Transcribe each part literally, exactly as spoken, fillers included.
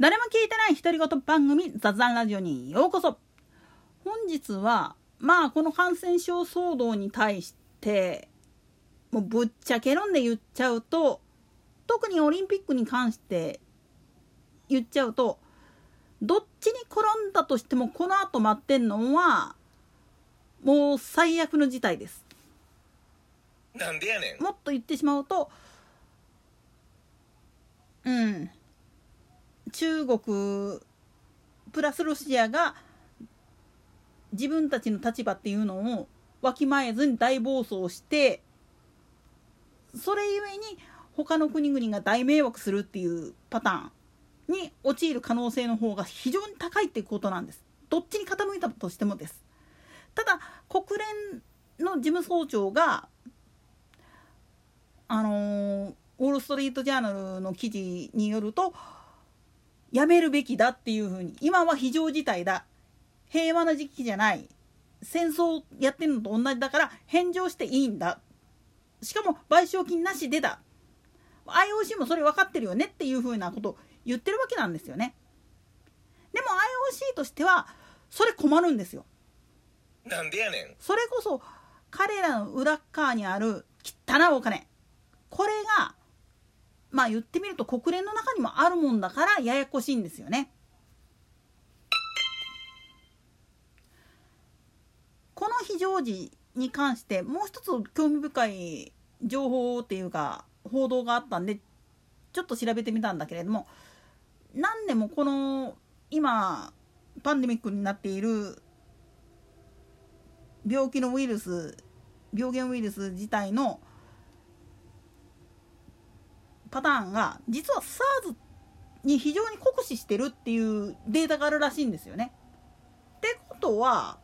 誰も聞いてない独り言番組雑談ラジオにようこそ。本日はまあこの感染症騒動に対してもうぶっちゃけ論で言っちゃうと、特にオリンピックに関して言っちゃうと、どっちに転んだとしてもこの後待ってんのはもう最悪の事態です。 なんでやねん。 もっと言ってしまうと、うん中国プラスロシアが自分たちの立場っていうのをわきまえずに大暴走して、それゆえに他の国々が大迷惑するっていうパターンに陥る可能性の方が非常に高いっていうことなんです。どっちに傾いたとしてもです。ただ国連の事務総長があのー、ウォールストリートジャーナルの記事によると、やめるべきだっていうふうに、今は非常事態だ、平和な時期じゃない、戦争やってるのと同じだから返上していいんだ、しかも賠償金なしでだ、 アイオーシー もそれ分かってるよねっていうふうなことを言ってるわけなんですよね。でも アイオーシー としてはそれ困るんですよ。 なんでやねん。 それこそ彼らの裏側にある汚いお金、これがまあ言ってみると国連の中にもあるもんだからややこしいんですよね。この非常時に関してもう一つ興味深い情報っていうか報道があったんでちょっと調べてみたんだけれども、何でもこの今パンデミックになっている病気のウイルス、病原ウイルス自体のパターンが実は SARS に非常に酷使してるっていうデータがあるらしいんですよね。ってことは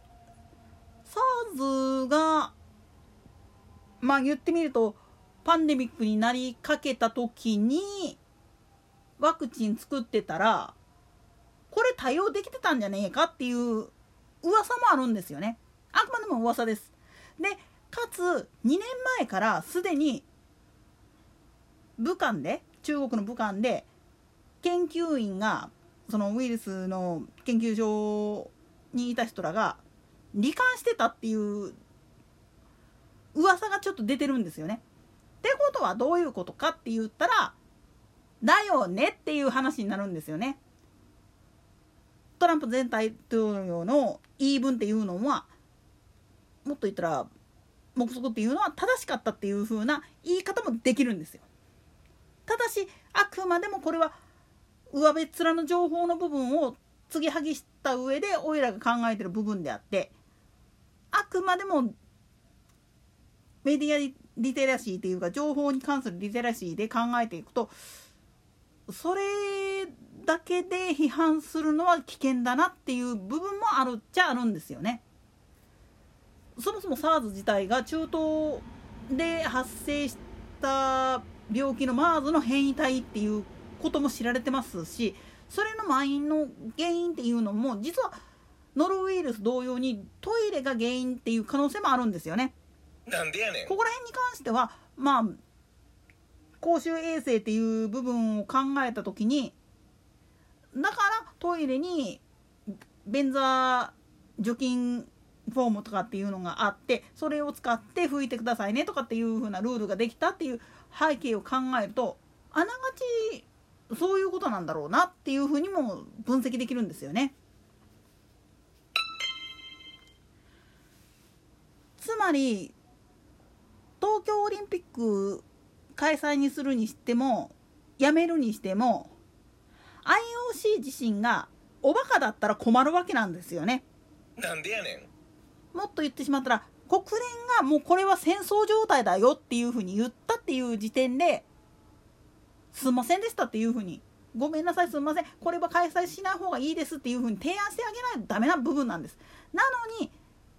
SARS がまあ言ってみるとパンデミックになりかけた時にワクチン作ってたらこれ対応できてたんじゃねえかっていう噂もあるんですよね。あくまでも噂です。でかつにねんまえからすでに武漢で、中国の武漢で研究員がそのウイルスの研究所にいた人らが罹患してたっていう噂がちょっと出てるんですよね。ってことはどういうことかって言ったら、だよねっていう話になるんですよね。トランプ前大統領の言い分っていうのは、もっと言ったら目測っていうのは正しかったっていう風な言い方もできるんですよ。ただしあくまでもこれは上べっ面の情報の部分を継ぎはぎした上でおいらが考えてる部分であって、あくまでもメディアリテラシーっていうか情報に関するリテラシーで考えていくと、それだけで批判するのは危険だなっていう部分もあるっちゃあるんですよね。そもそも SARS 自体が中東で発生した病気の MERS の変異体っていうことも知られてますし、それの蔓延の原因っていうのも実はノロウイルス同様にトイレが原因っていう可能性もあるんですよね。 なんでやねん。 ここら辺に関してはまあ公衆衛生っていう部分を考えた時に、だからトイレに便座除菌フォームとかっていうのがあって、それを使って拭いてくださいねとかっていう風なルールができたっていう背景を考えると、あながちそういうことなんだろうなっていう風にも分析できるんですよね。つまり東京オリンピック開催にするにしてもやめるにしても アイオーシー 自身がおバカだったら困るわけなんですよね。 なんでやねん。 もっと言ってしまったら国連がもうこれは戦争状態だよっていうふうに言ったっていう時点ですんませんでしたっていうふうに、ごめんなさいすんませんこれは開催しない方がいいですっていうふうに提案してあげないとダメな部分なんです。なのに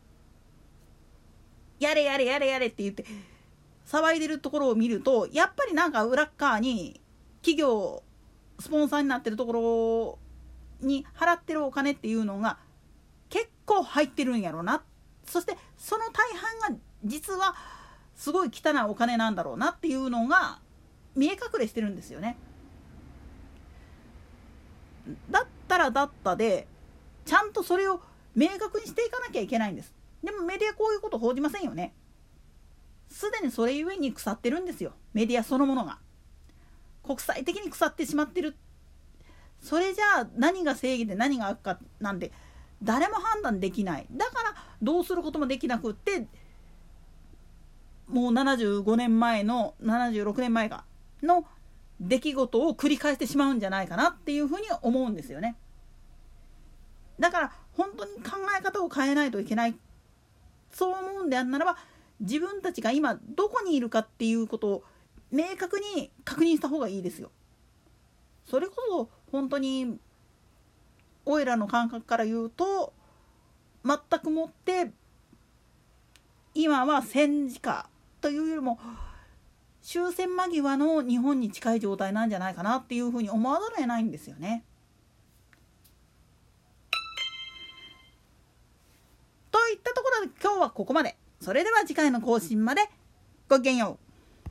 やれやれやれやれって言って騒いでるところを見ると、やっぱりなんか裏側に企業スポンサーになってるところに払ってるお金っていうのが結構入ってるんやろな、そしてその大半が実はすごい汚いお金なんだろうなっていうのが見え隠れしてるんですよね。 だったらだったでちゃんとそれを明確にしていかなきゃいけないんです。でもメディアこういうこと報じませんよね。すでにそれゆえに腐ってるんですよ、メディアそのものが。国際的に腐ってしまってる。それじゃあ何が正義で何が悪かなんて誰も判断できない。だからどうすることもできなくって、もうななじゅうごねんまえのななじゅうろくねんまえかの出来事を繰り返してしまうんじゃないかなっていうふうに思うんですよね。だから本当に考え方を変えないといけない、そう思うんであんならば、自分たちが今どこにいるかっていうことを明確に確認した方がいいですよ。それこそ本当においらの感覚から言うと、全くもって今は戦時下というよりも終戦間際の日本に近い状態なんじゃないかなっていうふうに思わざるを得ないんですよね。といったところで今日はここまで。それでは次回の更新までごきげんよう。